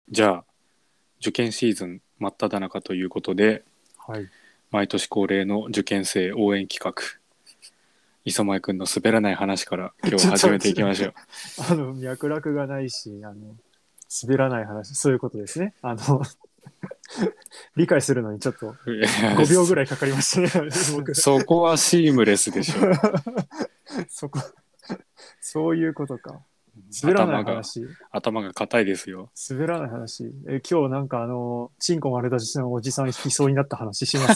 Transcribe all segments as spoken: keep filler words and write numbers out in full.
じゃあ受験シーズン真っ只中ということで、 はい。 毎年恒例の受験生応援企画、磯前くんの滑らない話から今日ちょっと始めて待って、 いきましょう。 あの、脈絡がないし、あの、滑らない話、そういうことですね。あの、理解するのにちょっといやごびょうぐそらいかかりましたね、僕。 そこはシームレスでしょ。 そこ、そういうことか。滑らない頭が話。 頭が硬いですよ。 滑らない話。え、今日なんかあの、チンコ丸出しのおじさん引きそうになった話します。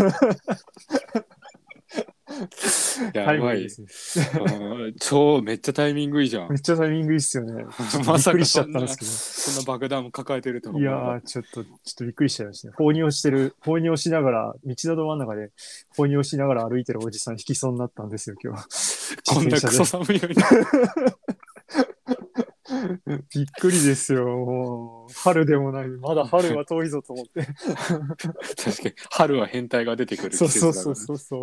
タイムやばい。 リーですね。 うん、超めっちゃタイミングいいじゃん。 めっちゃタイミングいいっすよね。ちょっとまさびっくりしちゃかそんなったんですけど。 そんな爆弾も抱えてるとはいや思わなかっー、ちょっと、ちょっとびっくりしちゃいましたね。放尿してる、放尿しながら、道のど真ん中で放尿しながら歩いてるおじさん引きそうになったんですよ、今日。 た。こんなク自転車で。 ソ寒いのに。 びっくりですよ。もう、春でもない。まだ春は遠いぞと思って。 確かに春は変態が出てくる季そうそうそう節だからね。 そうそう。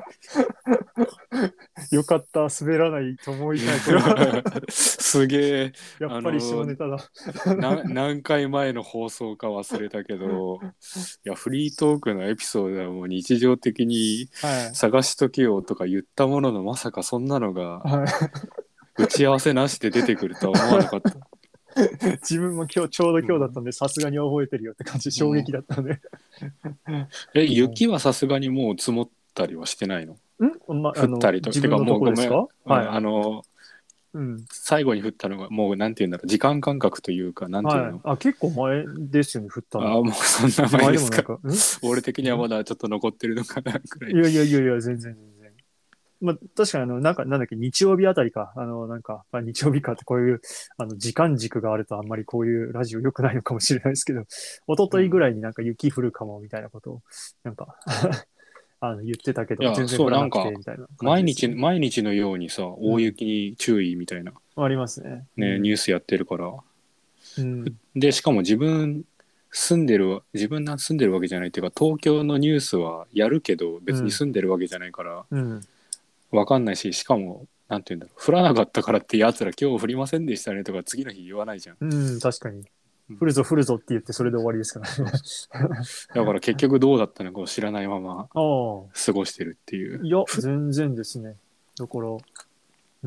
よかった、滑らないと思いたい、これは。 すげえ。 やっぱり下あのネタだ。 な何回前の放送か忘れたけど、いやフリートークのエピソードはもう日常的にはい。 探しとけよとか言ったものの、まさかそんなのがはい。 打ち合わせなしで出てくるとは思わなかった。 自分も今日、ちょうどうん、 今日だったんで、さすがに覚えてるよって感じ、衝うん、 撃だったんで。 え、 も雪はさすがにもう積もったりはしてないの？ う、んま、あの、 降ったりと、てか自分のともうごめん、 こですか？ うん、 はい。 あの、 うん。 最後に降ったのがもうなんて言うんだろう、時間感覚というか、なんていうはい。 の？ あ、結構前ですよね、振ったの。 ああ、もうそんな前ですか。 前でもなんか、んん俺的にはまだちょっと残ってるのかなくらい。 いやいやいやいや、全然全然。まあ、確かにあの、なんか、なんだっけ、日曜日あたりか。あの、なんか、まあ、日曜日かってこういう、あの、時間軸があるとあんまりこういうラジオ良くないのかもしれないですけど、一昨日ぐうん、 らいになんか雪降るかもみたいなことを、なんかあの、言ってたけど、 いや、 全然そう、なんか、 降らなくて、みたいな感じ毎日、 ですよね。 毎日のようにさ、大うん。 雪に注意みたいな、 ありますね。うね、ニューん。 スやってるから。 うん。 で、しかも自分、住んでる、自分が住んでるわけじゃないっていうか、東京のニュースはやるけど、別にうん。 住んでるわけじゃないから、 うん。 わかんないし、しかも、なんて言うんだろう、降らなかったからってやつら今日降りませんでしたねとか次の日言わないじゃん。 うん、確かに。 うん、 降るぞ降るぞって言ってそれで終わりですからね。 そうそう。だから結局どうだったのかを知らないままああ。 過ごしてるっていう。 いや、全然ですね。だから、うん。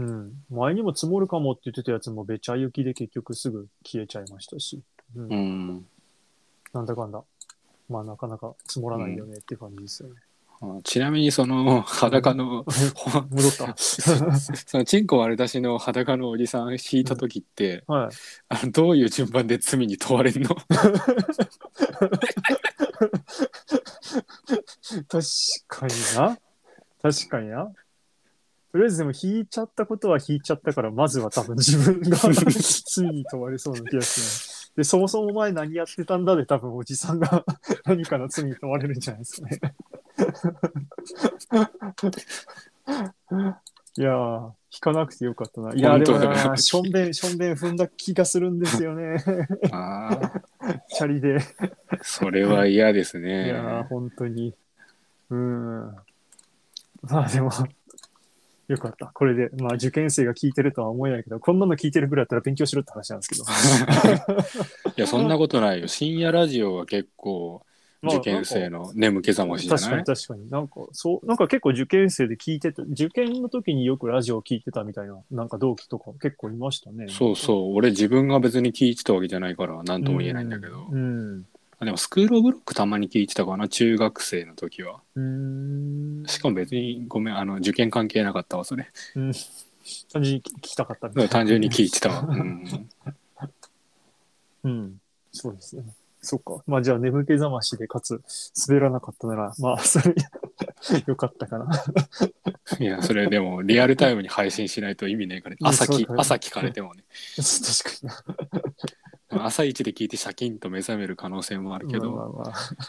前にも積もるかもって言ってたやつもべちゃ雪で結局すぐ消えちゃいましたし。ううん。 ん。 なんだかんだ。まあなかなか積もらないようん。 ねって感じですよね。 あ、ちなみにそのはい。 裸のほ戻った。 そそのチンコ丸出しの裸のおじさん引いた時って、 はい。 あのどういう順番で罪に問われるの？ 確かにな。確かにな。とりあえずでも引いちゃったことは引いちゃったから、まずは多分自分が罪に問われそうな気がする。で、そもそも前何やってたんだで多分おじさんが何かの罪に問われるんじゃないですかね。いやー、引かなくてよかったな。いやー、でも本当だよ。 な、しょんべん、しょんべん踏んだ気がするんですよね。 ああ、 チャリで。 それは嫌ですいやー、 ね。 本当に。うーん。まあでも、よかった。これで、まあ受験生が聞いてるとは思えないけど、こんなの聞いてるぐらいだったら勉強しろって話なんですけど。 いや、そんなことないよ。深夜ラジオは結構受まあなんか、 験生の眠気覚ましじゃ確かない？ に確かに。なんか、そう、なんか結構受験生で聞いてた、受験の時によくラジオ聞いてたみたいな、なんか同期とか結構いましたね。なんか。 そうそう。俺自分が別に聞いてたわけじゃないから何うとも言えないんだん、 けど。 うん。 あ、でもスクールオブロックたまに聞いてたかな、中学生の時は。 うーん。 しかも別にごめん、あの受験関係なかったわ、それ。 うん。単純に聞きたかったみたいな単純に感じ。 聞いてたわ。うん。 うん。そうですね。そっか。まあじゃあ眠気覚ましでかつ滑らなかったなら、まあそれよかったかな。 いや、それでもリアルタイムに配信しないと意味ないから、 うん、 朝き、 そうか。 朝聞かれてもね。 確か朝一で聞いてシャキンと目覚める可能性もあるにな。 けど。 まあまあま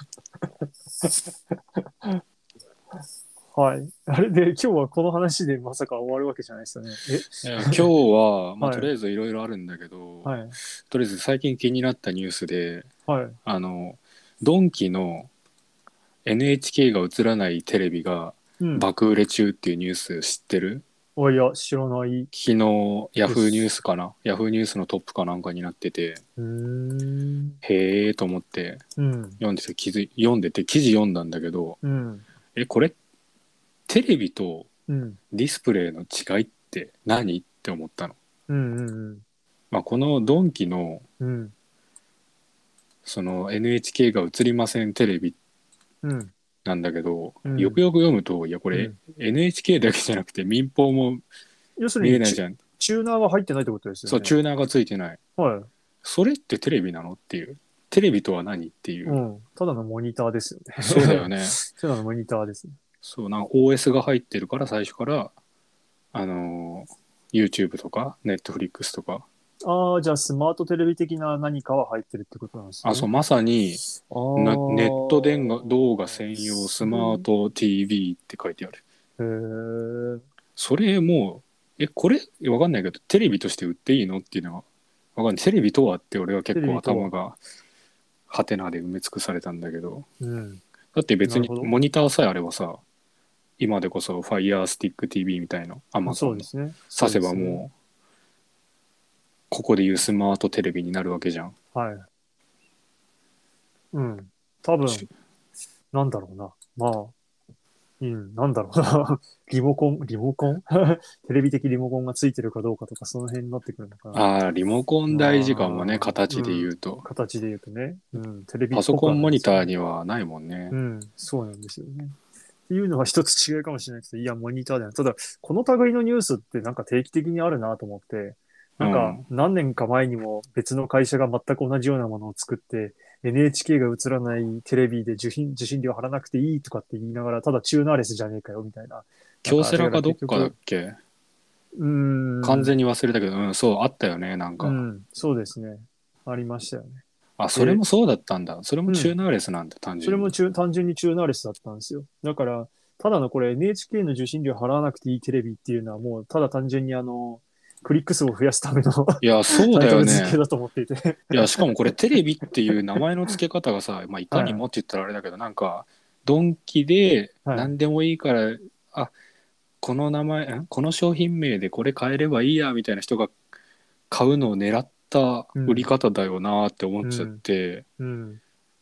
あ。はい。あれで、今日はこの話でまさか終わるわけじゃないですよね。 いや今日は、 えまあ、とはい。 りあえずいろいろあるんだけど、 はい。 とりあえず最近気になったニュースで、 はい。 あの、ドンキの エヌエイチケー が映らないテレビがうん。 爆売れ中っていうニュース知ってる？ あ、いや、知らない昨日ヤフーニューです。 スかな、ヤフーニュースのトップかなんかになってて、 うーへえと思ってうん。 読んでて気づい読んでて記事読んだんだけど、 うん。 えこれテレビとうん。 ディスプレイの違いって何って思ったの。 うん。うん。 まあ、このドンキのうん。 その エヌエイチケー が映りませんテレビうん。 なんだけど、 うん。 よくよく読むといやこれうん。 エヌエイチケー だけじゃなくて民放も見要するにチュ、 れないじゃん。 チューナーが入ってないってことですよそうね。 チューナーがついてない。 はい。 それってテレビなのっていう。テレビとは何っていう。 うん。ただのモニターですよね。 そうだよね。 ただのモニターですね。 そうなんか オーエス が入ってるから最初からあのー YouTube とか Netflix とか、 ああ、じゃあスマートテレビ的な何かは入ってるってことなんですね。 あそうまさにあなネット電話あ。 動画専用スマート ティーブイ って書いてある。 へえ。 それもうえこれわかんないけどテレビとして売っていいのっていうのはわかんない。テレビとはって俺は結構テレビとは。 頭がハテナで埋め尽くされたんだけど、 うん。 だって別になるほど。 モニターさえあればさ、今でこそ Fire Stick ティーブイ みたいなそ Amazon のうですね。そ挿せうですね。 ばもうここでいうスマートテレビになるわけじゃん。 はい。うん。多分、なんだろうな。まあ、うん、なんだろうな。リモコン、リモコンテレビ的リモコンがついてるかどうかとか、その辺になってくるのかな。 ああリモコン大事かもね、 まあ、 形でうん。 言うと。 形で言うとね。うん。テレビっパソぽくはコンモニないですよね。 ターにはないもんね。 うん。そうなんですよね。っていうのは一つ違いかもしれないけど、いや、モニターだよ。ただ、この類のニュースってなんか定期的にあるなと思って、なんかうん何年か前にも別の会社が全く同じようなものを作って、エヌエイチケー が映らないテレビで受信、受信料払わなくていいとかって言いながら、ただチューナーレスじゃねえかよみたいな。なん京セラかあれがかどっかだっ結局、 け。 うーん、 完全に忘れたけど、うんそうあったよねなんか。 うん、そうですね。ありましたよね。 あそれで、 もそうだったんだ。それもうん、 チューナーレスなんだ単純に。 それも中単純にチューナーレスだったんですよ。だから、ただのこれ エヌエイチケー の受信料払わなくていいテレビっていうのはもう、ただ単純にあの、クリック数を増やすためのいやそうだタイトよね。 ル付けだと思っていて。 いやしかもこれテレビっていう名前の付け方がさ、まあ、いかにはもって言ったらあれだけどなんかドンキでい。はい。 何でもいいからあこの名前んこの商品名でこれ買えればいいやみたいな人が買うのを狙ったうん。 売り方だよなって思っちゃっうん。 て、 うん。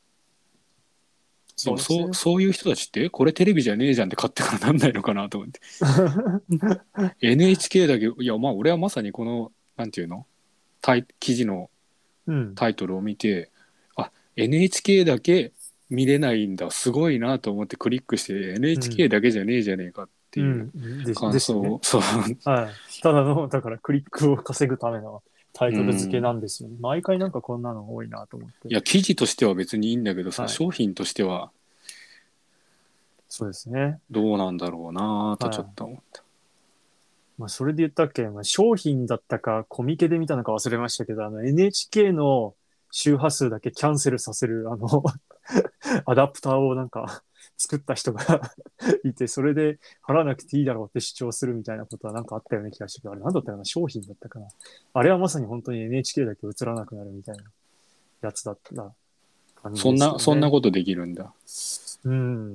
でもそう、 そうですね。 そういう人たちってこれテレビじゃねえじゃんって買ってからなんないのかなと思って。エヌエイチケー だけいやまあ俺はまさにこのなんていうのタイ記事のうん。 タイトルを見てあ エヌエイチケー だけ見れないんだすごいなと思ってクリックしてうん。 エヌエイチケー だけじゃねえじゃねえかっていううん。で、ですね。 感想をそうはい。ただの、だからクリックを稼ぐためのタイうトル付けなんんですよね。毎回なんかこんなの多いなと思って。 いや記事としては別にいいんだけどさはい。 商品としてはそうですね。 どうなんだろうなとちょっはい。 と思った。 まあ、それで言ったっけ、まあ、商品だったか、コミケで見たのか忘れましたけど、あの エヌエイチケー の周波数だけキャンセルさせる、あのアダプターをなんか作った人がいて、それで払わなくていいだろうって主張するみたいなことはなんかあったような気がしてけど、あれなんだったかな、商品だったかな。あれはまさに本当に エヌエイチケー だけ映らなくなるみたいなやつだった感じそんですけどね。 なそんなことできるんだ。 うん。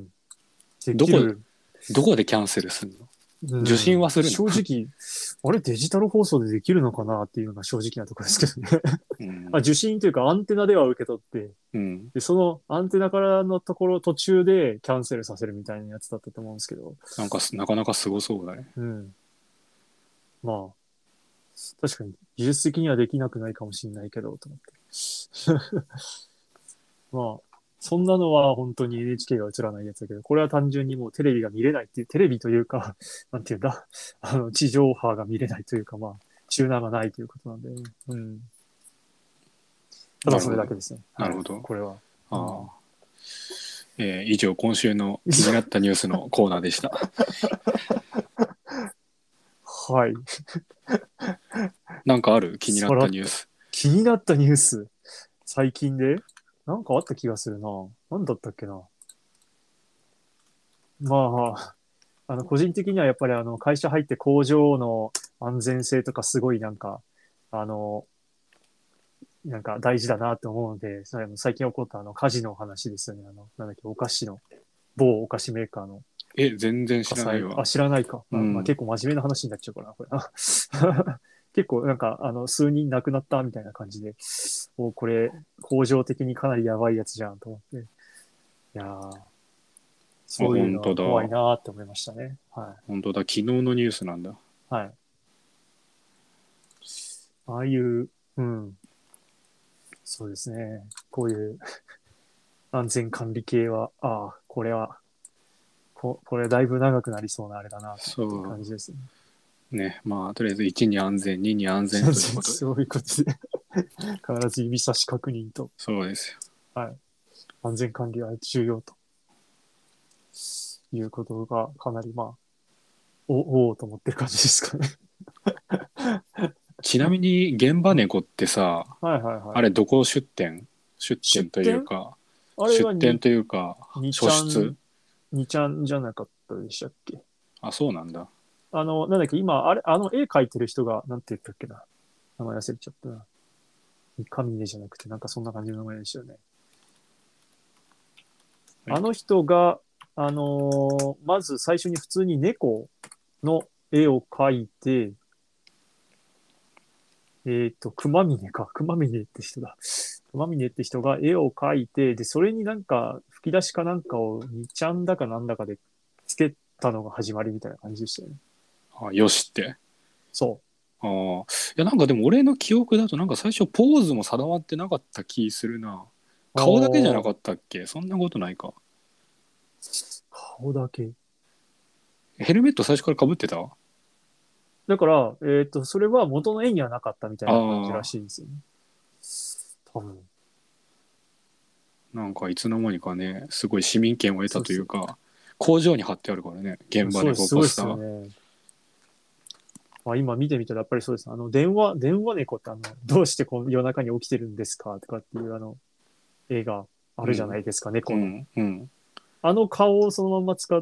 でどこきる。 どこでキャンセルすんの。 う受信ん。 はするの。 正直、あれデジタル放送でできるのかなっていうのが正直なところですけどね。あ、 うん受信というかアンテナでは受け取って、 うんで、そのアンテナからのところ途中でキャンセルさせるみたいなやつだったと思うんですけど、 なんかすなかなかすごそうだね。 うん。まあ、確かに技術的にはできなくないかもしれないけど、と思って。まあ、そんなのは本当に エヌエイチケー が映らないやつだけど、これは単純にもうテレビが見れないっていう、テレビというか、なんていうんだ、あの、地上波が見れないというか、まあ、チューナーがないということなんで、うん。ただそなるほどれだけですね。はい。 なるほど。 これは。うん、 ああ、えー以上今週の気になったニュースのコーナーでした。 はい。 なんかある気になっさらっと。 たニュース。 気になったニュース。最近でなんかあった気がするな。なんだったっけな。まあ、あの、個人的にはやっぱりあの、会社入って工場の安全性とかすごいなんか、あの、なんか大事だなって思うので、それも最近起こったあの火事の話ですよね。あの、なんだっけ、お菓子の、某お菓子メーカーのえ全然知火災。あ、 らないわ。 知らないか。まあ、まあ、 うん結構真面目な話になっちゃうかな、これな。結結構なんか、あの、数人亡くなったみたいな感じで、お、これ、恒常的にかなりやばいやつじゃんと思って。いやー、 あ、 そういうのは本当だ。 怖いなーって思いましたね。は本当だ。昨日のニュースなんだ。 い。はい。ああいう、うん、そうですね。こういう安全管理系は、ああ、これは、こ、これだいぶ長くなりそうなあれだな、というそ感じですね。 う。ね。まあ、とりあえずいちに安全、にに安全ということで。 そういうことで必ず指差し確認と、 そうですよ。 はい。安全管理は重要ということがかなり、まあ、お、おおと思ってる感じですかね。 ちなみに、現場猫ってさ、 はいはいはい。 あれどこ出店出店という出店か、 あれはに、 出店というか、 にち初出。 ゃん、にちゃんじゃなかったでしたっけ？ あ、そうなんだ。 あの、なんだっけ、今、あれ、あの絵描いてる人が、なんて言ったっけな。名前忘れちゃったな。カミネじゃなくて、なんかそんな感じの名前でしたよね。 はい、 あの人が、あのーまず最初に普通に猫の絵を描いて、えっと、熊峰か。熊峰って人だ。熊峰って人が絵を描いて、で、それになんか吹き出しかなんかをにちゃんだかなんだかでつけたのが始まりみたいな感じでしたよね。 あ、よしって。 そああ。いや、なんかでも俺の記憶だと、なんか最初ポーズも定まってなかった気するな。 う。 顔だけじゃなかああ、 ったっけ？そんなことないか。 顔だけ。 ヘルメット最初から被ってた？あだから、えっと、それは元の絵にはなかったみたいな感じらあ。 しいんですよね。多分。 なんかいつの間にかね、すごい市民権を得たそうそというか、工場に貼ってあるからね、現う。 場そうです、 猫すごいですよポスター。 ね。あ、今見てみたらやっぱりそうです。あの、電話、電話猫ってあの、どうしてこう夜中に起きてるんですかとかっていうあの、映画あるじゃなうん。 いですか、 う猫の。 ん。うん。 あの顔をそのまま使って、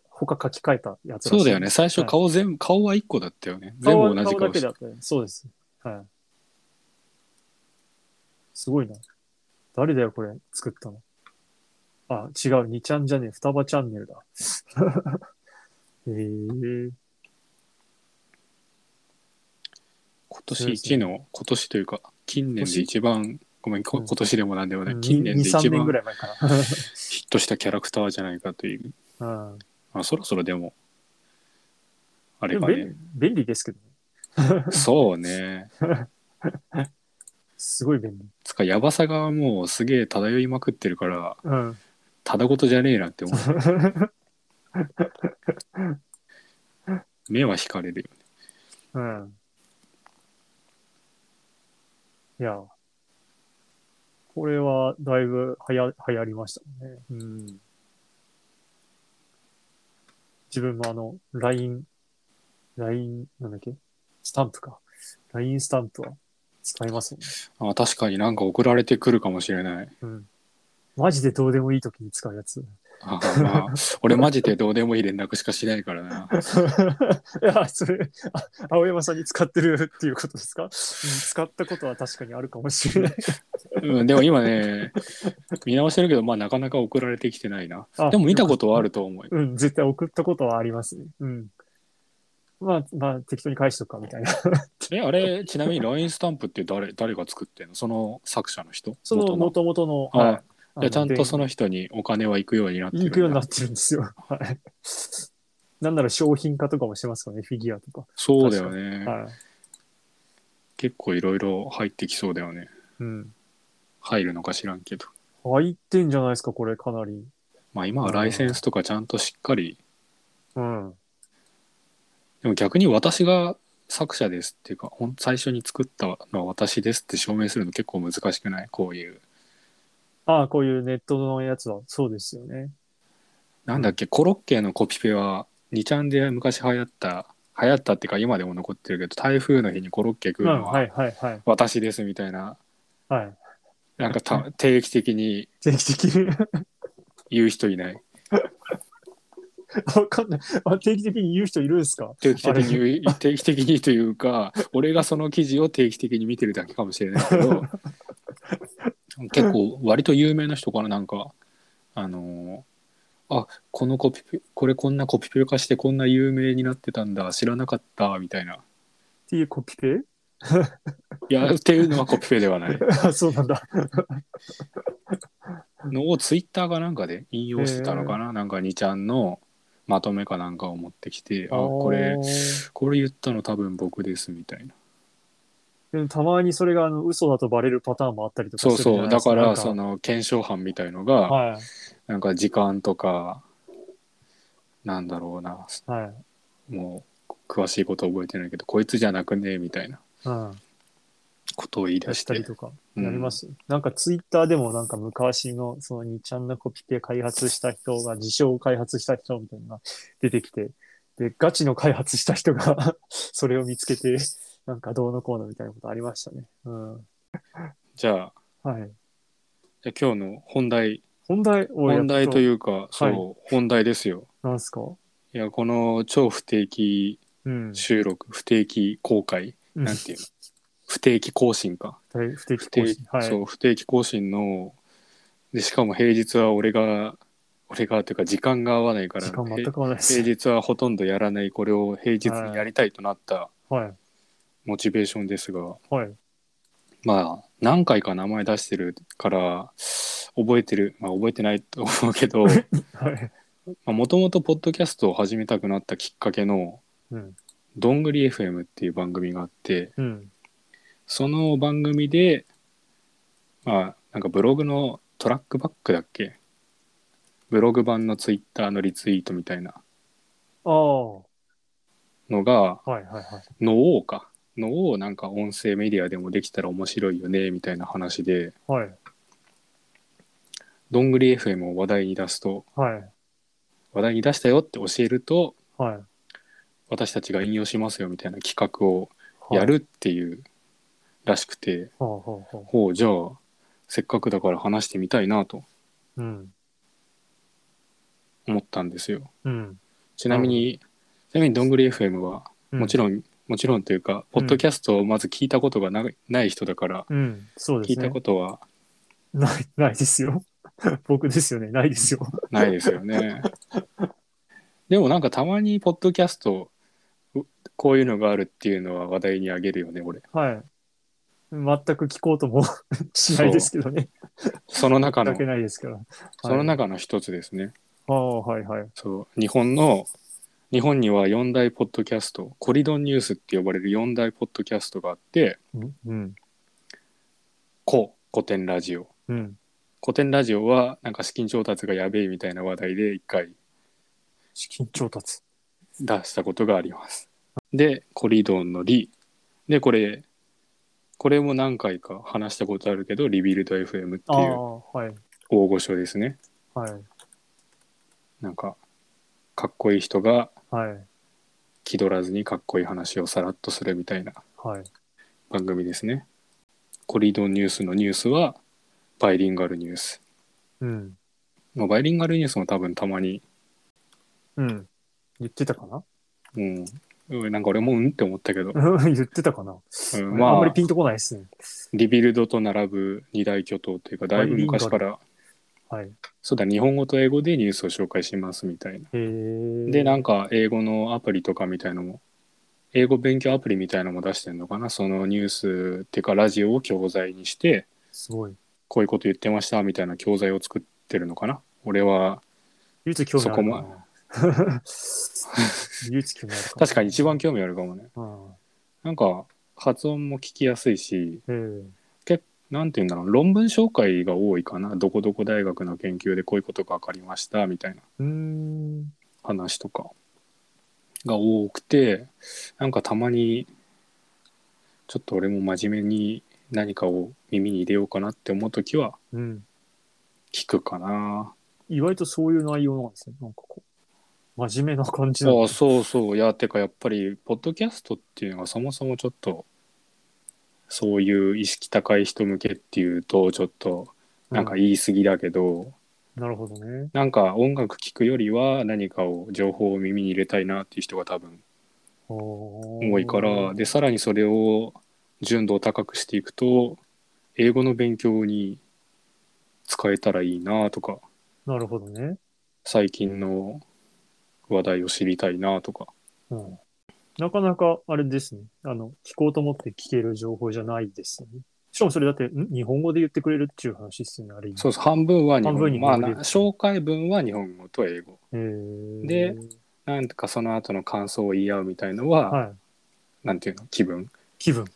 他書き換えたやつらそうだよね。 しいです。 最初はい。 顔全部、顔はいっこだったよね。全部顔は、 同じ顔して。 顔だけだったね。そうです。はい。すごいな。誰だよ、これ、作ったの。あ、違う、にちゃんじゃねえ、双葉チャンネルだ。へえ、 今年そうですね。 一の、今年というか、近年で年一番、ごめん、こうん。 今年でもなんでもない。 うん、に、 近年に、3年ぐで一番らい前かな。 ヒットしたキャラクターじゃないかという。 うん。 あ、そろそろでも、あれでもかね。 便利、便利ですけどそうね。 ね。すごい便利。 つか、やばさがもうすげえ漂いまくってるから、 うん。 ただごとじゃねえなってそ思う。 う目は惹かれるよね。 うん。いや、これはだいぶはや、流行りましたね。うん。自分もあの、ライン、ライン、なんだっけスタンプか。ラインスタンプは使いますもんね。 あ、確かになんか送られてくるかもしれない。 うん。マジでどうでもいい時に使うやつ。 あ、まあ、俺マジでどうでもいい連絡しかしないからな。 いや、それ、あ、青山さんに使ってるっていうことですか？うん、使ったことは確かにあるかもしれない。 うん、でも今ね、見直してるけど、まあなかなか送られてきてないな。であ、 も見よかった。 たことはあると思うよ。 うん、絶対送ったことはありますね。うん。まあ、まあ、適当に返しとくか、みたいな。 え、あれ、ちなみに ライン スタンプって誰、誰が作ってんの？その作者の人？ その元の。 元々の、はあ、 い。あの、 じゃあちゃんとそで、 の人にお金は行くようになってるんだ。 行くようになってるんですよ。はい。なんなら商品化とかもしてますからね、フィギュアとか。 そうだ確か。 よね。 はい。 結構いろいろ入ってきそうだよね。 うん。 入るのか知らんけど。 入ってんじゃないですか、これ、かなり。 まあ今はライセンスあとかちゃんとしっかり。 あ。うん。 でも逆に私が作者ですっていうか、ほん最初に作ったのは私ですって証明するの結構難しくない？こういう。 ああ、こういうネットのやつは、そうですよね。うん。 なんだっけ、コロッケのコピペはにちゃんで昔流行った、流行ったっていうか今でも残ってるけど、台風の日にコロッケ食うん、はうのはい、はい、はい。 私ですみたいな、 はい。 なんかた定期的に定期的に言う人いない？ わかんない。あ、定期的に言う人いるんですか？ 定期あれ。 的に言う、定期的にというか、俺がその記事を定期的に見てるだけかもしれないけど、結構割と有名な人からなんか、あのあ、このコピペ、これこんなコピペ化してこんな有名になってたんだ、知らなかった、みたいなていうコピペいや、っていうのはコピペではない。 あ、そうなんだ。 のをツイッターかなんかで引用してたのかへな、なんかにちゃんのまとめかなんかを持ってきて、 ああ、これ、 ー。 これ言ったの多分僕ですみたいな。 でもたまにそれがあの嘘だとバレるパターンもあったりとかするじゃそうそう。 ないですか。なんだから、そか、 の検証班みたいのが、 はなんか時間とか、なんだろうな、 い、はい、 もう詳しいこと覚えてないけど、こいつじゃなくねみたいなうん。 ことを言いやっ出して。 たりとか、 うん。 やります。なんかツイッターでもなんか昔のそのにちゃんのコピペ開発した人が、自称開発した人みたいなのが出てきて、で、ガチの開発した人がそれを見つけて、なんかどうのこうのみたいなことありましたね。うん。 じゃあ、 はい。 じゃあ今日の本題、 本題をや本題といっと、 うか、 はい。 そう、本題ですよ。 なんすか？ いや、この超不定期うん。 収録、不定期公開、 うん。 なんていうの、不定期更新か。 はい不定期不定、 更新。はい。 そう、不定期更新の、で、しかも平日は俺が、俺がというか時間が合わないから、 時間全へく合わないです。 平日はほとんどやらない、これを平日にやはりたいとなったい。はい。 モチベーションですが、 はい。 まあ、何回か名前出してるから、覚えてる、まあ覚えてないと思うけど、 はい。 もともとポッドキャストを始めたくなったきっかけの、 うん。 どんぐり エフエム っていう番組があって、 うん。 その番組で、まあ、なんかブログのトラックバックだっけ、ブログ版のツイッターのリツイートみたいなああ。はのが、 いはいはい。 のをか、のをなんか音声メディアでもできたら面白いよね、みたいな話で、 はい。 どんぐり エフエム を話題に出すと、 はい。 話題に出したよって教えると、 はい。 私たちが引用しますよみたいな企画をやはい。 るっていうらしくて、 ほうほうほう。 ほう、じゃあ、せっかくだから話してみたいなとうん。 思ったんですよ。 うん。 ちななるほど。 みに、ちなみにどんぐり エフエム は、 うん。 もちろん、もちろんというか、ポッドキうん。 ャストをまず聞いたことがなない人だから、 うん。そうで聞いたすね。 ことはない、ないですよ。僕ですよね。ないですよ。 ないですよね。でもなんかたまにポッドキャスト、うこういうのがあるっていうのは話題にあげるよね、俺。 はい。全く聞こうともしないでそう。 すけどね。 その申し訳中の、 ないですから。 そのはい。 中の一つですね。 ああ、はいはい。 そう。日本の、日本にはよん大ポッドキャスト、コリドンニュースって呼ばれるよん大ポッドキャストがあって、 うん。うん。 古、古典ラジオ。 うん。 古典ラジオはなんか資金調達がやべえみたいな話題で一回資金調達。 出したことがあります。で、コリドンのリ。で、これ、これも何回か話したことあるけど、リビルド エフエム っあていうあ、はい。 大御所ですね。 はい。 なんか、かっこいい人がはい。 気取らずにかっこいい話をさらっとするみたいなはい。 番組ですね。コリドンニュースのニュースはバイリンガルニュース。 うん。 まあ、バイリンガルニュースも多分たまに、 うん。言ってたかな？ うん、うんなんか俺もうんって思ったけど、 言ってたかな？ うん、 あんまりまあ、 ピンとこないですね。 リビルドと並ぶ二大巨頭というか、だバいぶイリンガル。 昔から、 はい。 そうだ、日本語と英語でニュースを紹介しますみたいな。 へで、なんえ。 か英語のアプリとかみたいのも、英語勉強アプリみたいのも出してんのかな。そのニュースっていうかラジオを教材にして、 すごい。 こういうこと言ってましたみたいな教材を作ってるのかな。俺は唯一興味そこも、 あるかな。唯一興味あるか確かに一番興味あるかもね。 な。うん。 なんか発音も聞きやすいし、 ええ。 けなんて言うんだろう、論文紹介が多いかな。どこどこ大学の研究でこういうことが分かりましたみたいなうーん。 話とかが多くて、なんかたまにちょっと俺も真面目に何かを耳に入れようかなって思うときはうん。 聞くかな。 意外とそういう内容なんですね。なんかこう、真面目な感じなんああ、 ですね。 そうそう。いや、てかやっぱり、ポッドキャストっていうのがそもそもちょっと、そういう意識高い人向けっていうと、ちょっと、なんかうん。 言い過ぎだけど、 なるほどね。 なんか音楽聴くよりは何かを、情報を耳に入れたいなっていう人が多分多いから、で、 おー。 さらにそれを純度を高くしていくと、英語の勉強に使えたらいいなとか、 なるほどね。 最近の話題を知りたいなとか、 うん。 なかなかあれですね。あの、聞こうと思って聞ける情報じゃないですよね。しかもそれだって、ん日本語で言ってくれるっていう話ですよね、あれ今。 そうそう、半分は日半分日本語。まあな、 本語で言ってくれる。 紹介文は日本語と英語。 へで、 ー。 なんとかその後の感想を言い合うみたいのは、 はい。 なんていうの、気分。 気分。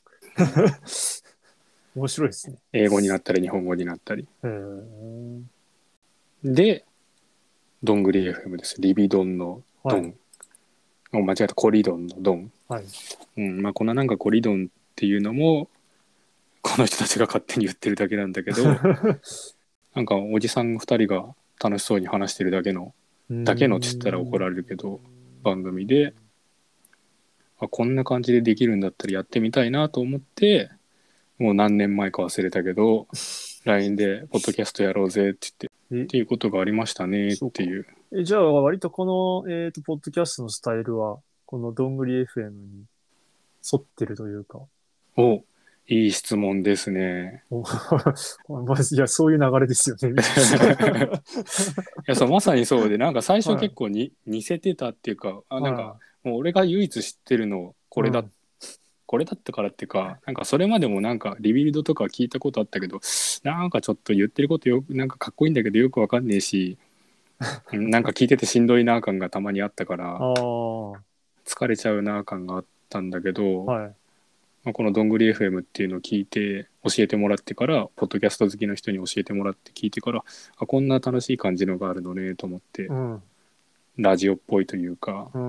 面白いですね。 英語になったり日本語になったり。 へー。 で、どんぐり エフエム です。リビドンのドはい。 ン。お間違えた、コリドンのドン。 はい。 うん、まあこんななんかコリドンっていうのも、この人たちが勝手に言ってるだけなんだけど、なんかおじさんふたりが楽しそうに話してるだけの、 うーだけのっつったら怒らん。 れるけど、番組で、あ、こんな感じでできるんだったらやってみたいなと思って、もう何年前か忘れたけど、ライン で、ポッドキャストやろうぜって言って、 え、 っていうことがありましたねっそうか。 ていう。 え、じゃあ、割とこの、えっと、ポッドキャストのスタイルは、このどんぐり エフエム に沿ってるというか。 お、いい質問ですね。 おまあいや、そういう流れですよね。 いや、そう、まさにそうで、なんか最初はい。 結構に似せてたっていうか、あ、なんか、 はもう俺が唯一知ってるの、 い。 これだ、 うん。 これだったからっていうか、なんかそれまでもなんかリビルドとか聞いたことあったけど、なんかちょっと言ってることよく、なんかかっこいいんだけどよくわかんねえし、なんか聞いててしんどいな感がたまにあったかあら、 あ、は疲れちゃうな感があったんだけど、 い。 まあ、このどんぐり エフエム っていうのを聞いて教えてもらってから、ポッドキャスト好きの人に教えてもらって聞いてから、あ、こんな楽しい感じのがあるのねと思って、 うん。 ラジオっぽいというか、 うん。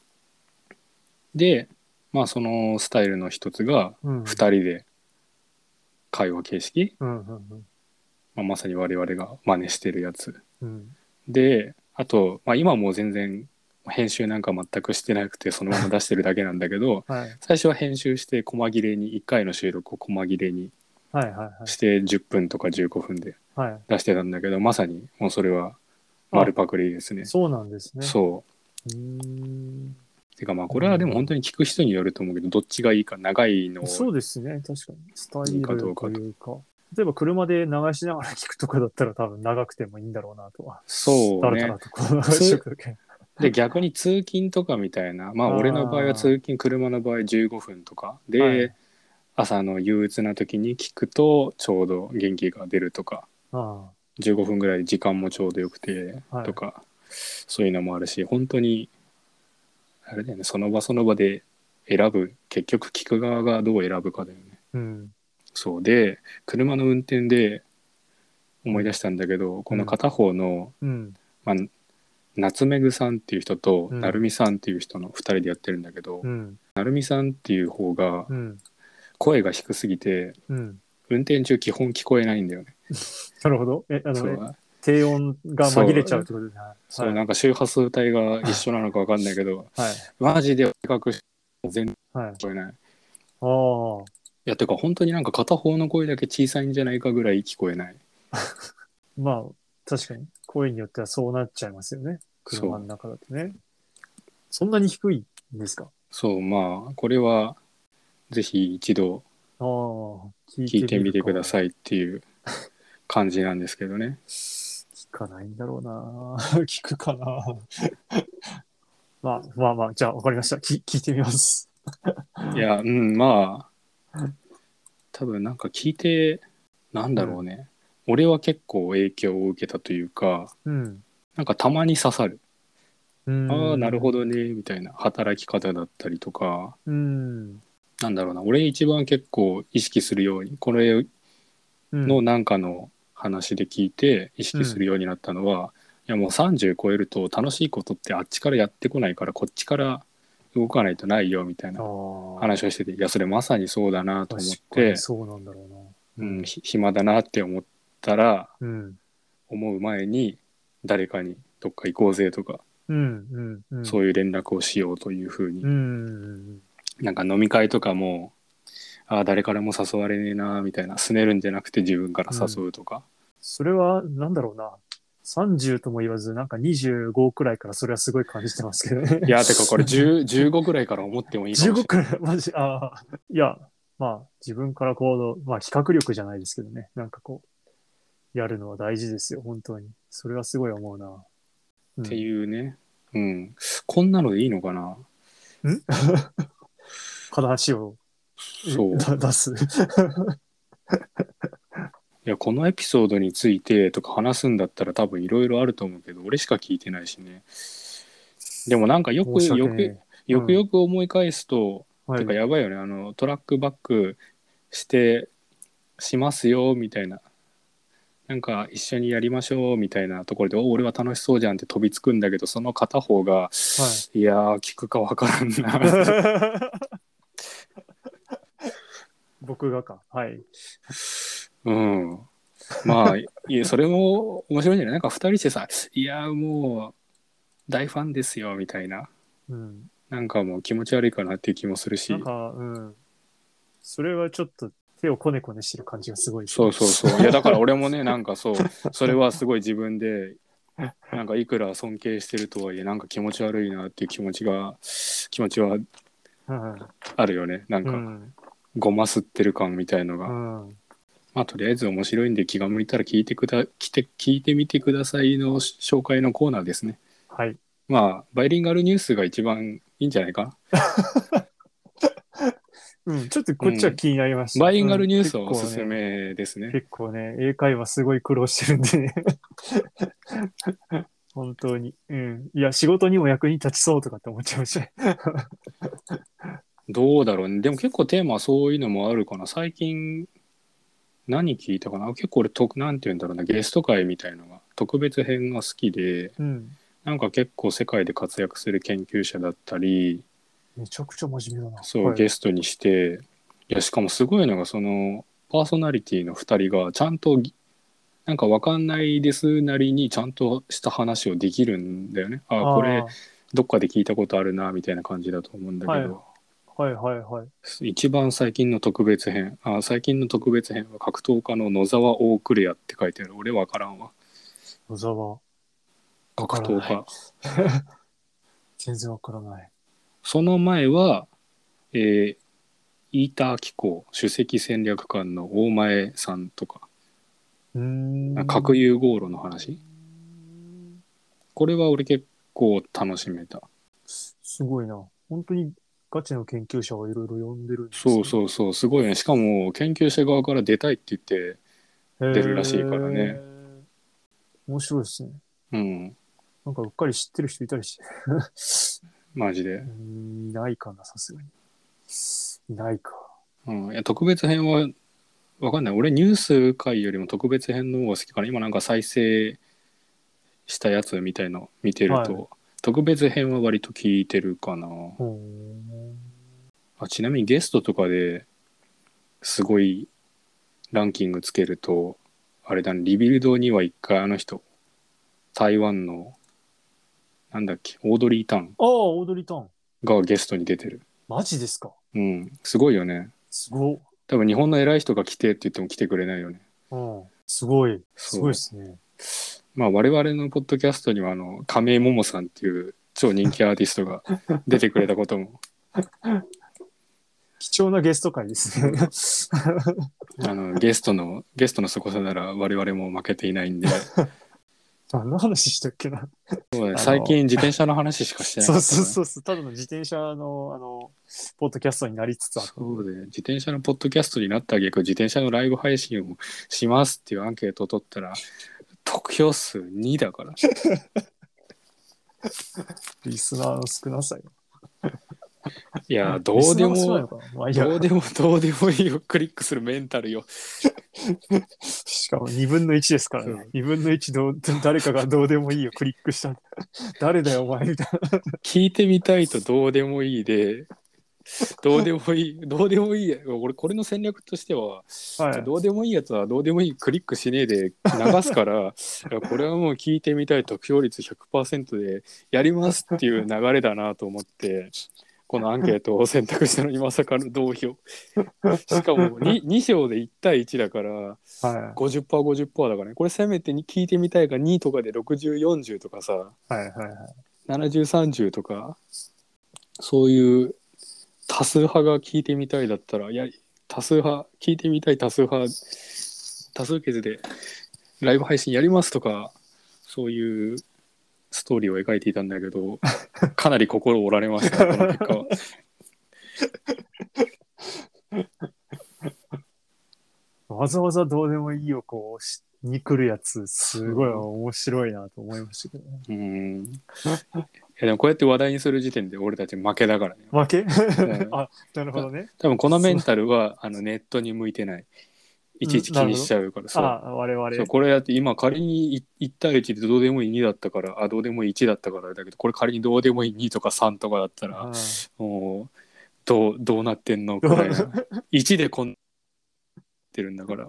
で、まあそのスタイルの一つがうん。 ふたりで会話形式、 うん。うん。 まあ、まさに我々が真似してるやつうん。 で、あと、まあ、今もう全然編集なんか全くしてなくてそのまま出してるだけなんだけど、 はい。 最初は編集して細切れにいっかいの収録を細切れにはい。はい。はい。 してじゅっぷんとかじゅうごふんではい。 出してたんだけど、まさにもうそれはあ、 丸パクリですね。 そうなんですね。 そうーん。 う。てかまあこれはでも本なるほ当に聞く人によると思うけど、どっちがいいか、長いのど。 をそうですね。確かに。スタイいいかどルとうかと。 いうか。例えば車で流しながら聞くとかだったら多分長くてもいいんだろうなとは。だらだそうね。 らとこう流しとつくだけ。 で逆に通勤とかみたいな、まあ俺の場合はあ通勤、車の場合じゅうごふんとかあ、はい。 で、朝の憂鬱な時に聞くとちょうど元気が出るとか、 あじゅうごふんぐらい時間もちょうどよくてあ、はい。 とか、そういうのもあるし、本当にあれだよね、その場その場で選ぶ、結局聞く側がどう選ぶかだよね。 うん。 そうで、車の運転でうん。 思い出したんだけど、こうん。 の片方の、 うん。 まあ、夏目ぐさんっていう人とうん。 成美さんっていう人のふたりでやってるんだけど、 うん。 成美さんっていう方がうん。 声が低すぎてうん。 運転中基本聞こえないんだよね。 なるほど。え、あの、え、 そう低音が紛れちゃうっそうてことですね。 そう、 はい。 なんか周波数帯が一緒なのか分かんないけど、 はい。 マジででかくして全然はい。 聞こえない。いああ。 や、てか本当になんか片方の声だけ小さいんじゃないかぐらい聞こえない。 まあ、確かに。声によってはそうなっちゃいますよね。車のそう中だとね。そんなに低いんですか？ そう、まあこれはぜひ一度ああ、聞い聞いてみるか。 てみてくださいっていう感じなんですけどね。 聞かないんだろうな。聞くかな。まあまあまあ、じゃあわかりました。き聞いてみます。 いや、うん、まあ多分なんか聞いて、なんうん。 だろうね、俺は結構影響を受けたというか、 うん。 なんかたまに刺さる。 うーああ、なるほん。 どねみたいな働き方だったりとか、 うーん。 なんだろうな、俺一番結構意識するように、これうん。 のなんかの話で聞いて意識するうん。 ようになったのは、いやもうさんじゅう超えると楽しいことってあっちからやってこないからこっちから動かないとないよみたいあな話あ、 をしてて、いやそれまさにそうだなと確思っかにて、 そうなんだろうな。 うん、 うん。 ひ暇だなって思ったら、 うん。 思う前に誰かにどっか行こうぜとか、 うん。うん。うん。 そういう連絡をしようというふうに、 うん。 なんか飲み会とかも、ああ誰からも誘われねえなみたいな、拗ねるんじゃなくて自分からうん。 誘うとか。 それは、なんだろうな。さんじゅうとも言わず、なんかにじゅうごくらいからそれはすごい感じてますけどね。 いやてかこれじゅう、じゅうごぐらいから思ってもいいかもじゅうごしれない。 くらい、マジ、ああ、いや、まあ、自分から行動、まあ、企画力じゃないですけどね。なんかこう、やるのは大事ですよ、本当に。それはすごい思うな。うってん。 いうね。うん。こんなのでいいのかな。 ん話をそう。 だ出す。 いや、このエピソードについてとか話すんだったら多分いろいろあると思うけど、俺しか聞いてないしね。でもなんかよく申し訳よくねえ。 よくよく思い返すと、 うん、はてかい。 やばいよね。あのトラックバックしてしますよみたいな。なんか一緒にやりましょうみたいなところで、お俺は楽しそうじゃんって飛びつくんだけど、その片方が、 はい。 いやー聞くかわからんなって。 僕がか。はい。 うん。まあいやそれも面白いんじゃない？なんか二人してさ、いやーもう大ファンですよみたいな。 うん。 なんかもう気持ち悪いかなっていう気もするし。 なんか、うん。それはちょっと手をこねこねしてる感じがすごいですね。 そうそうそう。いやだから俺もね、なんかそう、それはすごい自分で、なんかいくら尊敬してるとはいえ、なんか気持ち悪いなっていう気持ちが、気持ちはあるよね。なんか、 うん。 ごますってる感みたいのが。 うん。 まあとりあえず面白いんで気が向いたら聞いてくだ、来て、聞いてみてくださいの紹介のコーナーですね。 はい。 まあ、バイリンガルニュースが一番いいんじゃないかうん。ちょっとな。うん。 こっちは気になりました。 バイリンガルうん。結ニュースはおす構ね、 すめですね。 結構ね、英会話すごい苦労してるんでね。本当に。うん。いや、仕事にも役に立ちそうとかって思っちゃいましたね。 どうだろうね。でも結構テーマはそういうのもあるかな。最近何聞いたかな。結構俺と、なんて言うんだろうな、ゲスト会みたいのが、特別編が好きで、 うん。 なんか結構世界で活躍する研究者だったり、 めちゃくちゃ真面目だな。 そう、 はい。 ゲストにして、いや、しかもすごいのが、その、パーソナリティのふたりが、ちゃんと、なんかわかんないですなりに、ちゃんとした話をできるんだよね。ああ、これ、 ああ、 どっかで聞いたことあるな、みたいな感じだと思うんだけはい。 ど、 はいはいはい。 一番最近の特別編、あ、最近の特別編は格闘家の野沢大クレアって書いてある。俺わからんわ。 野沢、わ格からない。 闘家。 全然わからない。 その前は、えー、飯田紀子首席戦略官の大前さんとか、 うー核ん。 融合炉の話。これは俺結構楽しめた。 すごいな。本当にガチの研究者がいろいろ呼んでるんですそうね。 そうそう、すごいね。しかも研究者側から出たいって言ってへ出るらしいからね。 え。面白いですね。 うん、 なんかうっかり知ってる人いたりして。 マジで。 うーん、いないかな、さすがに。いないか。 うん、いや特別編はわかんない。俺ニュース回よりも特別編の方が好きかな。今なんか再生したやつみたいの見てるはい。 と、特別編は割と聞いてるかな。 ほーん。 あ、ちなみにゲストとかですごいランキングつけると、あれだね、リビルドには一回あの人、台湾の、なんだっけ、オードリー・タンああ、オードリー・タン。 がゲストに出てる。 マジですか？ うん、すごいよね。 すご。 多分日本の偉い人が来てって言っても来てくれないよね。 うん。すごい。すごいでそすね。 う。まあ我々のポッドキャストにはあの、亀井桃さんっていう超人気アーティストが出てくれたことも、 貴重なゲスト会ですね。 あの、ゲストの、ゲストの凄さなら我々も負けていないんで、 何の話したっけな。 そうだね、 あの、 最近自転車の話しかしてなそうかったからね。 そうそうそう、ただの自転車の、あの、ポッドキャストになりつつあって。 そうで、自転車のポッドキャストになった挙句、自転車のライブ配信をしますっていうアンケートを取ったら、得票数にだから。 リスナーの少なさよ。 いや、どリうでスナーが少ないのも、 かな。まあいいや。 どうでも、どうでもいいよ。クリックするメンタルよ。 しかもにぶんのいちですからね。 そうにぶんのいちどう、誰かがどうでもいいよ、クリックした。誰だよ、お前みたい聞いてみたいとどうでもいいで、どうでもいい、どうでもいいや。俺、これの戦略としては、 な。はい。 どうでもいいやつはどうでもいいクリックしねえで流すから、いやこれはもう聞いてみたい得票率ひゃくパーセントでやりますっていう流れだなと思って、このアンケートを選択したのにまさかの同票。しかも 2, に票でいち対いちだからはごじゅっパーセント、ごじゅっパーセント だからね。これせめてに聞いてみたいがにとかでろくじゅう、よんじゅうとかさ、 い。はいはいはい。 ななじゅう、さんじゅうとか、そういう多数派が聞いてみたいだったら、いや、多数派、聞いてみたい多数派、多数決でライブ配信やりますとか、そういうストーリーを描いていたんだけどかなり心折られましたねこの結果は。 わざわざどうでもいいをこうしに来るやつすごい面白いなと思いましたけどね。 うん。いやでもこうやって話題にする時点で俺たち負けだからね。 負け、 んあ、なるほどね。 多分このメンタルはあのネットに向いてない。いちいち気にしちゃうからさ。 あ、我々。 そうこれやって今仮にいち対いちでどうでもいいにだったからあどうでもいいいちだったからだけどこれ仮にどうでもいいにとかさんとかだったら、 うん、 もうどうどうなってんのくらいな。いちでこんなってるんだから。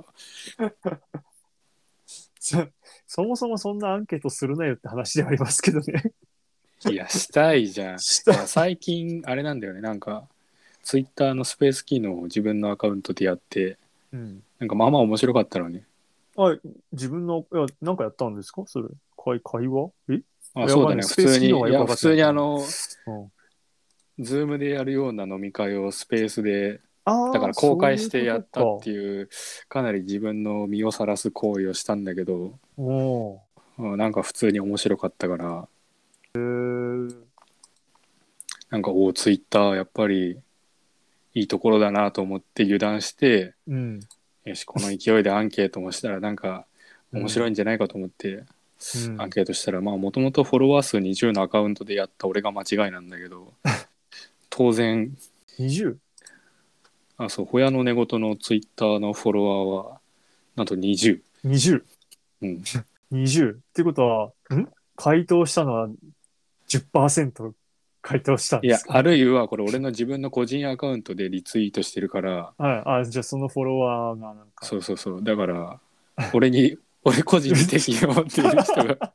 そ, そもそもそんなアンケートするなよって話でありますけどね。 いやしたいじゃん。 したいや最近あれなんだよねなんかツイッターのスペース機能を自分のアカウントでやって、 うん、 なんかまあまあ面白かったのね。 あ、自分の、いや、なんかやったんですかそれ。会、会話えあそうだね普通にいや普通にあの、うん、ズームでやるような飲み会をスペースでだから公開してやったっていうかなり自分の身をさらす行為をしたんだけど、 おなんか普通に面白かったから、 へー、 なんかおツイッターやっぱりいいところだなと思って油断して、 うん、 よしこの勢いでアンケートもしたらなんか面白いんじゃないかと思って、うん、アンケートしたらまあもともとフォロワー数にじゅうのアカウントでやった俺が間違いなんだけど当然にじゅう? あそうホヤの寝言のツイッターのフォロワーはなんとにじゅう。 にじゅう、うん、 にじゅうってことはん回答したのは じゅっパーセント 回答したんですか？ いやあるいはこれ俺の自分の個人アカウントでリツイートしてるから、 はい、あ、じゃあそのフォロワーがなんか。 そうそうそうだから俺に俺個人に敵意を持っている人が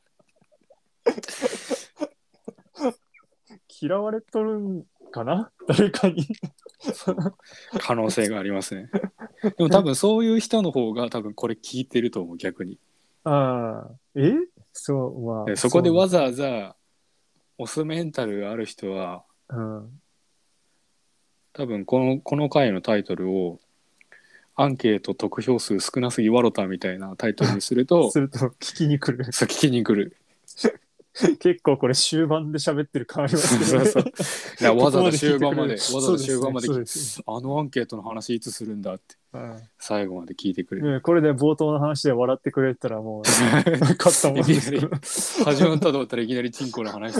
嫌われとるんかな誰かに可能性がありますね。でも多分そういう人の方が多分これ聞いてると思う逆に。 ああ、えそう、まあ。 そこでわざわざオスメンタルがある人は、 うん、 多分このこの回のタイトルをアンケート得票数少なすぎわろたみたいなタイトルにするとすると聞きに来る。 そう聞きに来る。 結構これ終盤で喋ってる感ありますけど、ね、 そうそうわざわざ終盤までわざわざ終盤まで、 ね、 あのアンケートの話いつするんだって、うん、最後まで聞いてくれる、 ね、これで冒頭の話で笑ってくれたらもう勝ったもんですけど始まったと思ったらいきなりチンコの話する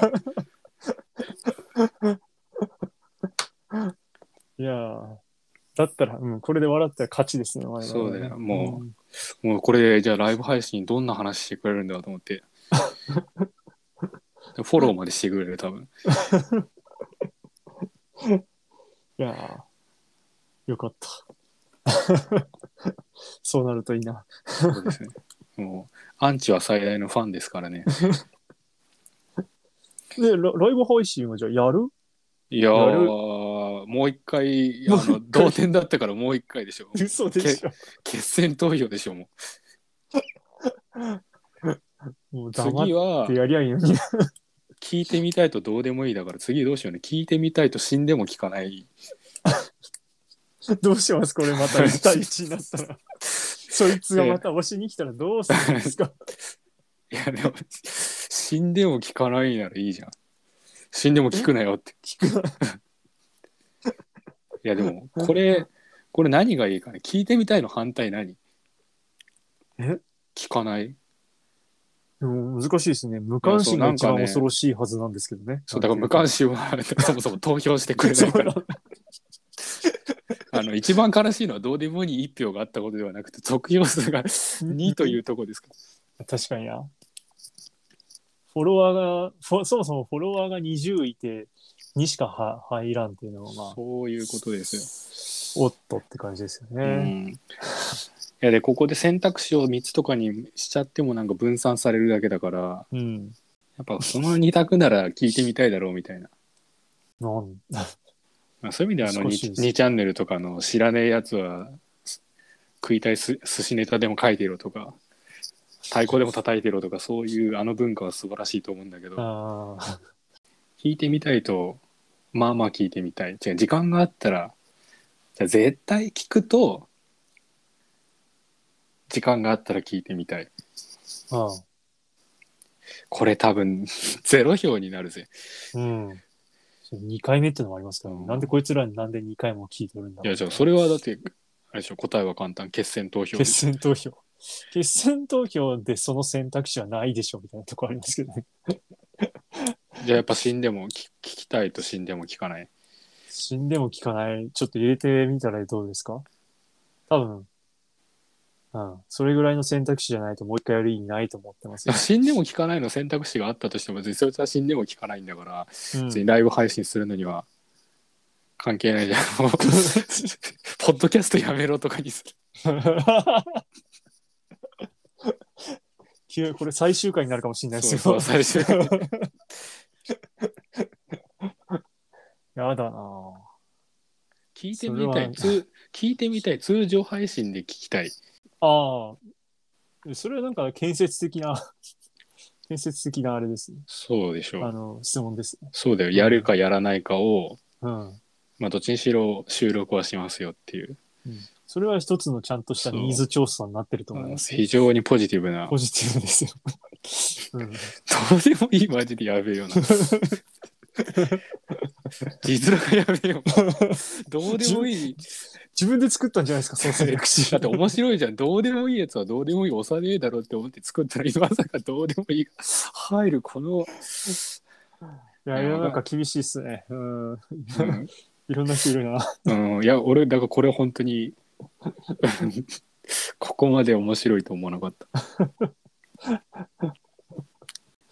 からいやだったら、うん、これで笑ったら勝ちですね。 そうだよもう、うん、もうこれじゃあライブ配信どんな話してくれるんだと思ってフォローまでしてくれる多分いやよかったそうなるといいな。 そうですねもうアンチは最大のファンですからねでラ、ライブ配信はじゃあやるいやーもう一回あの同点だったからもう一回でしょ。 嘘でしょ。 決戦投票でしょもうもう次はやりゃいいのに聞いてみたいとどうでもいいだから次どうしようね。聞いてみたいと死んでも聞かないどうしますこれまたいち対いちになったらそいつがまた押しに来たらどうするんですかいやでも死んでも聞かないならいいじゃん。死んでも聞くなよって聞くいやでもこれこれ何がいいかね。聞いてみたいの反対何？ え聞かない。 でも難しいですね。無関心が一番恐ろしいはずなんですけどね。 そうだから無関心はそもそも投票してくれないからあの一番悲しいのはどうでもいい一票があったことではなくて得票数がにというところですか確かにな。フォロワーがフォそもそもフォロワーがにじゅういてにしかは入らんっていうのはまあそういうことですよ。おっとって感じですよね。うんいやでここで選択肢をみっつとかにしちゃってもなんか分散されるだけだから、うん、やっぱそのに択なら聞いてみたいだろうみたいな。 なんまあ、そういう意味ではあの 2, にチャンネルとかの知らねえやつは食いたいす寿司ネタでも書いてろとか太鼓でも叩いてろとかそういうあの文化は素晴らしいと思うんだけど、あ聞いてみたいとまあまあ聞いてみたい。違う時間があったらじゃあ絶対聞くと時間があったら聞いてみたい。ああこれ多分ゼロ票になるぜ。 うん。にかいめってのもありますからね。 うん、 なんでこいつらになんでにかいも聞いてるんだろう。 いやじゃあそれはだってあれでしょ、答えは簡単、決選投票で決選投票。決選投票でその選択肢はないでしょみたいなとこありますけどね。 じゃあやっぱ死んでも聞聞きたいと死んでも聞かない。 死んでも聞かない。ちょっと入れてみたらどうですか？多分、うん。それぐらいの選択肢じゃないともう一回やる意味ないと思ってますよ。 死んでも聞かないの選択肢があったとしても別にそいつは死んでも聞かないんだから、 うん、 別にライブ配信するのには関係ないじゃん。ポッドキャストやめろとかにする。 これ最終回になるかもしれないですよ。 そうそう、最終回。 やだな。 聞いてみたい、つ聞いてみたい、通常配信で聞きたい。 ああ、それはなんか建設的な、建設的なあれですね。 そうでしょう。 あの、質問ですね。 そうだよ。やるかやらないかを、 うん。 まあどっちにしろ収録はしますよっていう。 うん、それは一つのちゃんとしたニーズ調査になってると思います。 非常にポジティブな。 ポジティブですよ。うん、 どうでもいい、マジでやべえよな。字面がやべえよ。どうでもいい。 自分で作ったんじゃないですか、その選択肢。 だって面白いじゃん。どうでもいいやつはどうでもいい、おさねえだろって思って作ったら、まさかどうでもいいが入る、この。 いや、世の中厳しいっすね。うん。うん、いろんな人いるな。 うん、いや、俺、だからこれ本当に、ここまで面白いと思わなかった。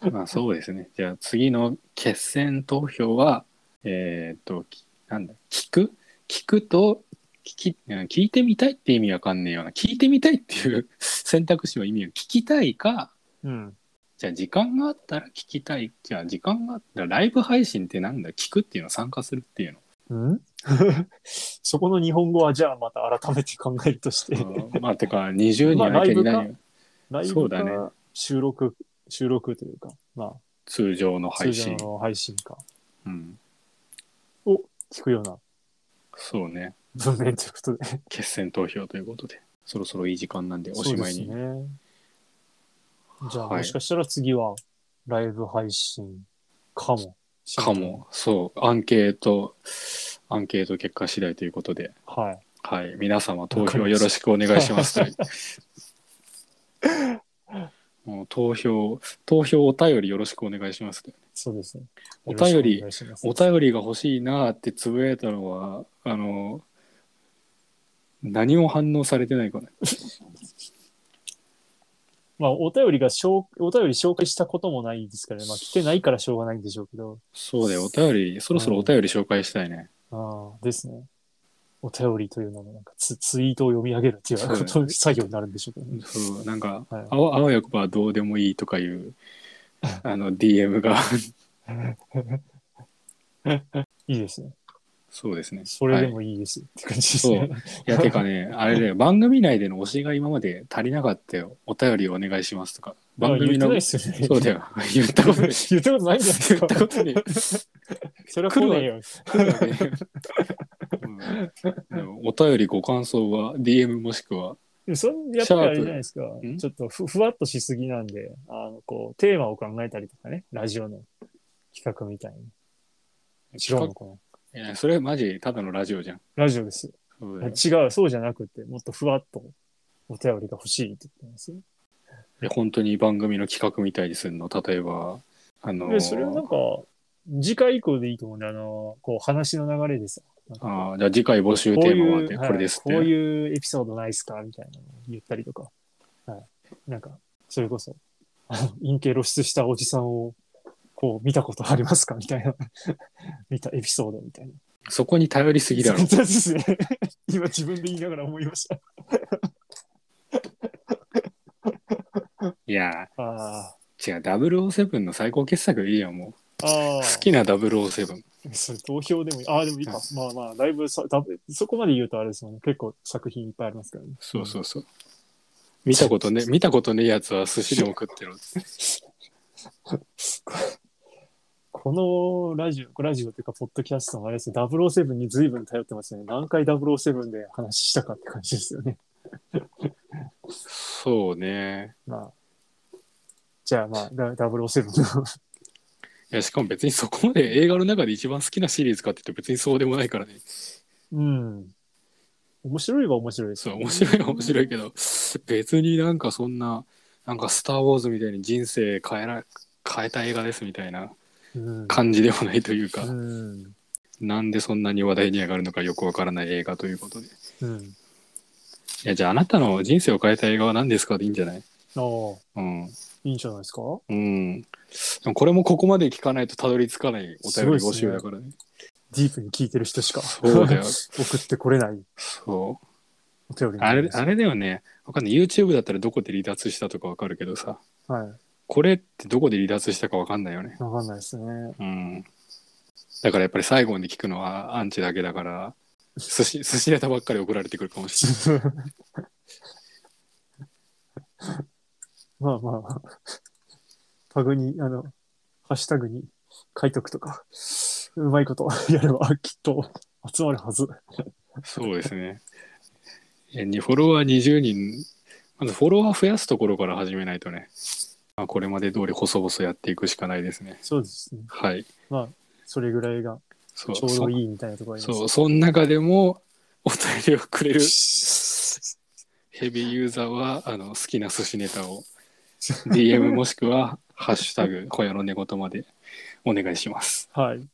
まあそうですね。じゃあ次の決選投票は、えー、っと、なんだ、聞く聞くと聞き、聞いてみたいって意味わかんねえような。聞いてみたいっていう選択肢の意味を聞きたいか、 うん。 じゃあ時間があったら聞きたい。じゃあ時間があったらライブ配信ってなんだ、聞くっていうの参加するっていうの。 うんそこの日本語はじゃあまた改めて考えるとしてまあてかにじゅうにん相手に何を、まあ、 ライブかライブか収録、収録というか、まあ通常の配信。 通常の配信か。 うん。 を聞くような。 そうね。 文面ということで。 決選投票ということで、そろそろいい時間なんでおしまいに。 そうですね。じゃあ、 はい、 もしかしたら次はライブ配信かもしれない。 かも。そう。アンケート、アンケート結果次第ということで。 はい。 はい。皆様投票よろしくお願いします。もう投票、投票お便りよろしくお願いします。 そうですね。 お便り、お便りが欲しいなってつぶやいたのは、あの、何も反応されてないかな。 まあ、お便りがしょう、お便り紹介したこともないですからね。まあ、来てないからしょうがないんでしょうけど。 そうだよ、お便り、そろそろお便り紹介したいね。 うん、ああ、ですね。お便りというのも、なんかツツイートを読み上げるっていうこと、作業になるんでしょうけどね。 そう、なんか、 はい、 あわ、あわよくばどうでもいいとかいう、あの、ディーエム が。 いいですね。 そうですね。 それでもいいですよ、はい、って感じですね。そう。 いや、てかね、あれだよ、番組内での推しが今まで足りなかったよ。お便りお願いしますとか。番組の。 言ってないですよね。 そうだよ。言ったことない。 言ったことないんじゃないですか。 言ったことね。 それは来ねえよ。 来るわけね、うん、お便りご感想は ディーエム もしくは。 そんやっぱりあれじゃないですか。ちょっとふふわっとしすぎなんで、あの、こう、テーマを考えたりとかね、ラジオの企画みたいに。違うのかな。 いや、それマジただのラジオじゃん。 ラジオです。違う、そうじゃなくて、もっとふわっとお便りが欲しいって言ってますよ。 いや、本当に番組の企画みたいにするの。例えば、あのー、 それはなんか、次回以降でいいと思うんで、あのー、こう、話の流れでさ。 ああ、じゃあ次回募集テーマはってこれですって、 はい。こういうエピソードないっすかみたいなのを言ったりとか。はい。なんか、それこそ、陰茎露出したおじさんを、こう、見たことありますかみたいな。見たエピソードみたいな。 そこに頼りすぎだろ。 そうですね。今自分で言いながら思いました。 いやあ違う、ダブルオーセブンの最高傑作いいよ、もう。 あ好きなダブルオーセブン。 それ投票でもいい。ああ、でもいいか。まあまあ、だいぶさダブそこまで言うとあれですもんね。結構作品いっぱいありますからね。 そうそうそう。見たことね、見たことねえやつは寿司でも食ってろ。 このラジオ、ラジオというか、ポッドキャストのあれですね、ダブルオーセブンに随分頼ってますね。何回ダブルオーセブンで話したかって感じですよね。 そうね。 まあ、 じゃあまあ、ダダブルオーセブンの。 いやしかも別にそこまで映画の中で一番好きなシリーズかって言うと別にそうでもないからね。 うん。面白いは面白いですそう、 よね。 面白いは面白いけど、別になんかそんな、なんかスター・ウォーズみたいに人生変えら、変えた映画ですみたいなうん。 感じでもないというか、 うん。 なんでそんなに話題に上がるのかよくわからない映画ということで。いうん。 や、じゃああなたの人生を変えた映画は何ですかでいいんじゃない？ ああ、 うん。 いいんじゃないですか。 うん。でもこれもここまで聞かないとたどり着かないお便り募集だからね。 ディープに聞いてる人しかそうだよ。 送ってこれないそう。 お便りになあれ、 ります。 あれだよね。わかんない。YouTube だったらどこで離脱したとかわかるけどさ、 はい。 これってどこで離脱したかわかんないよね。 わかんないですね。 うん。だからやっぱり最後まで聞くのはアンチだけだから、寿司、寿司ネタばっかり送られてくるかもしれない。 まあまあ、タグに、あの、ハッシュタグに書いとくとか、うまいことやればきっと集まるはず。 そうですね。えにフォロワーにじゅうにん、まずフォロワー増やすところから始めないとね。まあ、これまで通り細々やっていくしかないですね。 そうですね。 はい。 まあ、それぐらいがそうちょうどいいみたいなところあります。 そう、その中でもお便りをくれるヘビーユーザーはあの好きな寿司ネタを ディーエム もしくは「ハッシュタグ小屋の寝言」までお願いします。 はい。